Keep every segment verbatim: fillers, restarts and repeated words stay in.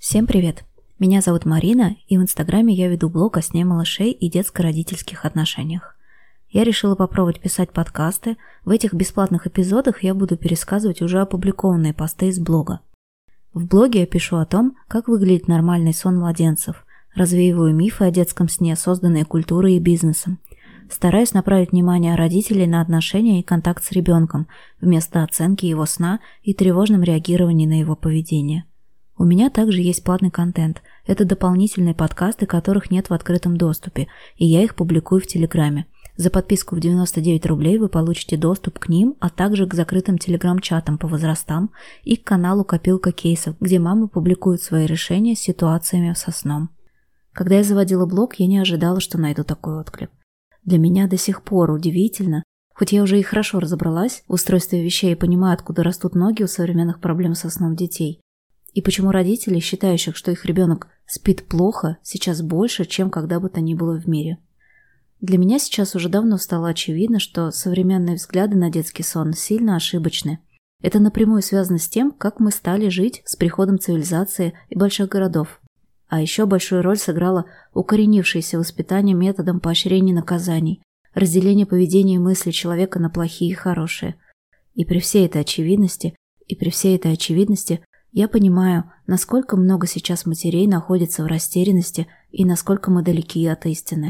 Всем привет! Меня зовут Марина, и в Инстаграме я веду блог о сне малышей и детско-родительских отношениях. Я решила попробовать писать подкасты. В этих бесплатных эпизодах я буду пересказывать уже опубликованные посты из блога. В блоге я пишу о том, как выглядит нормальный сон младенцев, развеиваю мифы о детском сне, созданные культурой и бизнесом. Стараюсь направить внимание родителей на отношения и контакт с ребенком, вместо оценки его сна и тревожном реагировании на его поведение. У меня также есть платный контент. Это дополнительные подкасты, которых нет в открытом доступе, и я их публикую в Телеграме. За подписку в девяносто девять рублей вы получите доступ к ним, а также к закрытым телеграм-чатам по возрастам и к каналу «Копилка кейсов», где мамы публикуют свои решения с ситуациями со сном. Когда я заводила блог, я не ожидала, что найду такой отклик. Для меня до сих пор удивительно, хоть я уже и хорошо разобралась в устройстве вещей и понимаю, откуда растут ноги у современных проблем со сном детей, и почему родители, считающих, что их ребенок спит плохо, сейчас больше, чем когда бы то ни было в мире. Для меня сейчас уже давно стало очевидно, что современные взгляды на детский сон сильно ошибочны. Это напрямую связано с тем, как мы стали жить с приходом цивилизации и больших городов. А еще большую роль сыграло укоренившееся воспитание методом поощрений и наказаний, разделение поведения и мыслей человека на плохие и хорошие. И при всей этой очевидности, и при всей этой очевидности я понимаю, насколько много сейчас матерей находится в растерянности и насколько мы далеки от истины.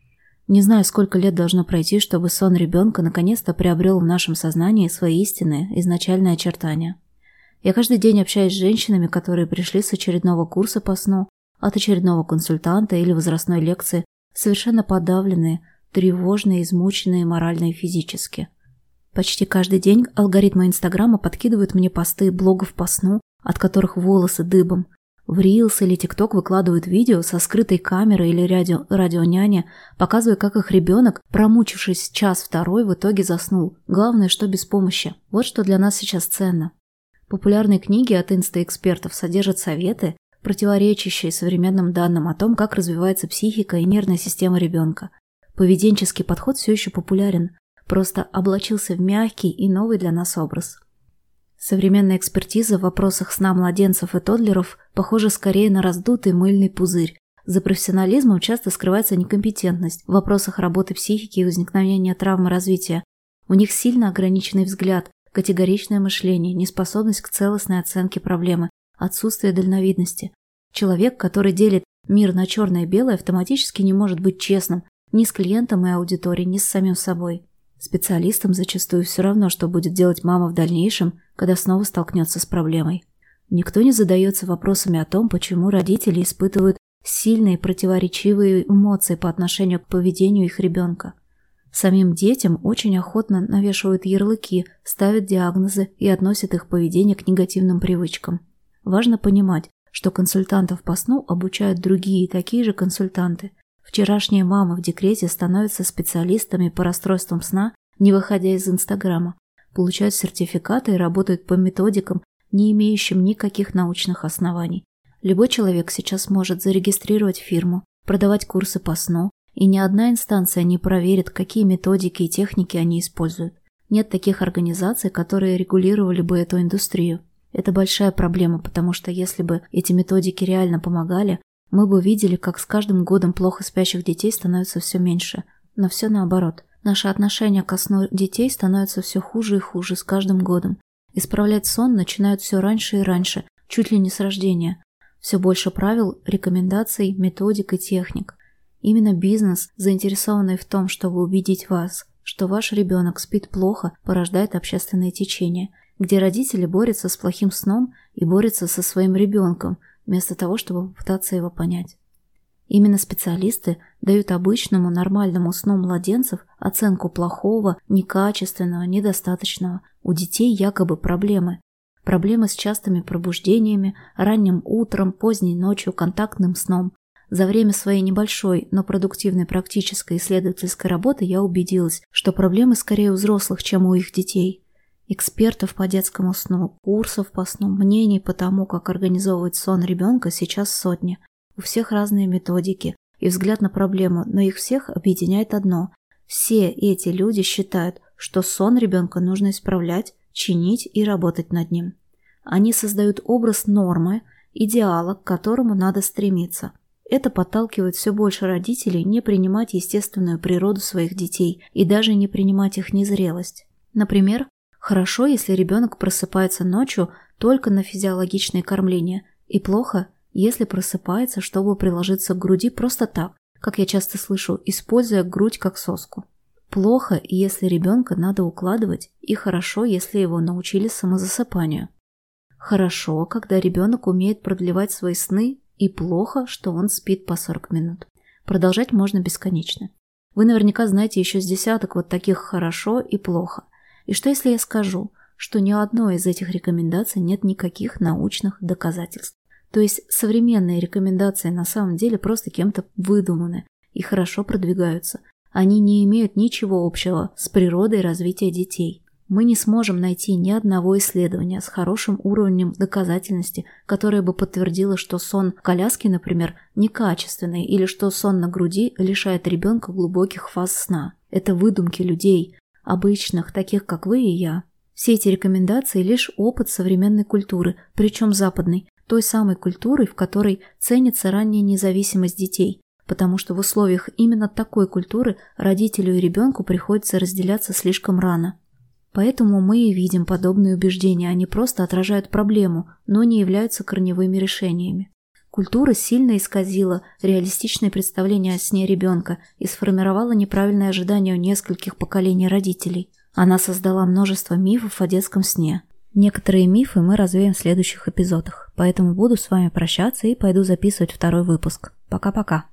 Не знаю, сколько лет должно пройти, чтобы сон ребенка наконец-то приобрел в нашем сознании свои истинные, изначальные очертания. Я каждый день общаюсь с женщинами, которые пришли с очередного курса по сну, от очередного консультанта или возрастной лекции, совершенно подавленные, тревожные, измученные морально и физически. Почти каждый день алгоритмы Инстаграма подкидывают мне посты блогов по сну, от которых волосы дыбом. В Reels или TikTok выкладывают видео со скрытой камерой или радио, радионяне, показывая, как их ребенок, промучившись час-второй, в итоге заснул. Главное, что без помощи. Вот что для нас сейчас ценно. Популярные книги от инста-экспертов содержат советы, противоречащие современным данным о том, как развивается психика и нервная система ребенка. Поведенческий подход все еще популярен, просто облачился в мягкий и новый для нас образ. Современная экспертиза в вопросах сна младенцев и тоддлеров похожа скорее на раздутый мыльный пузырь. За профессионализмом часто скрывается некомпетентность в вопросах работы психики и возникновения травмы развития. У них сильно ограниченный взгляд, категоричное мышление, неспособность к целостной оценке проблемы, отсутствие дальновидности. Человек, который делит мир на черное и белое, автоматически не может быть честным ни с клиентом и аудиторией, ни с самим собой. Специалистам зачастую все равно, что будет делать мама в дальнейшем, когда снова столкнется с проблемой. Никто не задается вопросами о том, почему родители испытывают сильные противоречивые эмоции по отношению к поведению их ребенка. Самим детям очень охотно навешивают ярлыки, ставят диагнозы и относят их поведение к негативным привычкам. Важно понимать, что консультантов по сну обучают другие такие же консультанты. Вчерашние мамы в декрете становятся специалистами по расстройствам сна, не выходя из Инстаграма, получают сертификаты и работают по методикам, не имеющим никаких научных оснований. Любой человек сейчас может зарегистрировать фирму, продавать курсы по сну, и ни одна инстанция не проверит, какие методики и техники они используют. Нет таких организаций, которые регулировали бы эту индустрию. Это большая проблема, потому что если бы эти методики реально помогали, мы бы видели, как с каждым годом плохо спящих детей становится все меньше. Но все наоборот. Наше отношение ко сну детей становится все хуже и хуже с каждым годом. Исправлять сон начинают все раньше и раньше, чуть ли не с рождения. Все больше правил, рекомендаций, методик и техник. Именно бизнес, заинтересованный в том, чтобы убедить вас, что ваш ребенок спит плохо, порождает общественное течение, где родители борются с плохим сном и борются со своим ребенком, вместо того, чтобы попытаться его понять. Именно специалисты дают обычному нормальному сну младенцев оценку плохого, некачественного, недостаточного. У детей якобы проблемы. Проблемы с частыми пробуждениями, ранним утром, поздней ночью, контактным сном. За время своей небольшой, но продуктивной практической исследовательской работы я убедилась, что проблемы скорее у взрослых, чем у их детей. Экспертов по детскому сну, курсов по сну, мнений по тому, как организовывать сон ребенка, сейчас сотни. У всех разные методики и взгляд на проблему, но их всех объединяет одно. Все эти люди считают, что сон ребенка нужно исправлять, чинить и работать над ним. Они создают образ нормы идеала, к которому надо стремиться. Это подталкивает все больше родителей не принимать естественную природу своих детей и даже не принимать их незрелость. Например, хорошо, если ребенок просыпается ночью только на физиологичное кормление, и плохо, если просыпается, чтобы приложиться к груди просто так, как я часто слышу, используя грудь как соску. Плохо, если ребенка надо укладывать, и хорошо, если его научили самозасыпанию. Хорошо, когда ребенок умеет продлевать свои сны, и плохо, что он спит по сорок минут. Продолжать можно бесконечно. Вы наверняка знаете еще с десяток вот таких «хорошо» и «плохо». И что если я скажу, что ни у одной из этих рекомендаций нет никаких научных доказательств? То есть современные рекомендации на самом деле просто кем-то выдуманы и хорошо продвигаются. Они не имеют ничего общего с природой развития детей. Мы не сможем найти ни одного исследования с хорошим уровнем доказательности, которое бы подтвердило, что сон в коляске, например, некачественный, или что сон на груди лишает ребенка глубоких фаз сна. Это выдумки людей, обычных, таких как вы и я. Все эти рекомендации – лишь опыт современной культуры, причем западной, той самой культуры, в которой ценится ранняя независимость детей, потому что в условиях именно такой культуры родителю и ребенку приходится разделяться слишком рано. Поэтому мы и видим подобные убеждения, они просто отражают проблему, но не являются корневыми решениями. Культура сильно исказила реалистичное представление о сне ребенка и сформировала неправильные ожидания у нескольких поколений родителей. Она создала множество мифов о детском сне. Некоторые мифы мы развеем в следующих эпизодах, поэтому буду с вами прощаться и пойду записывать второй выпуск. Пока-пока.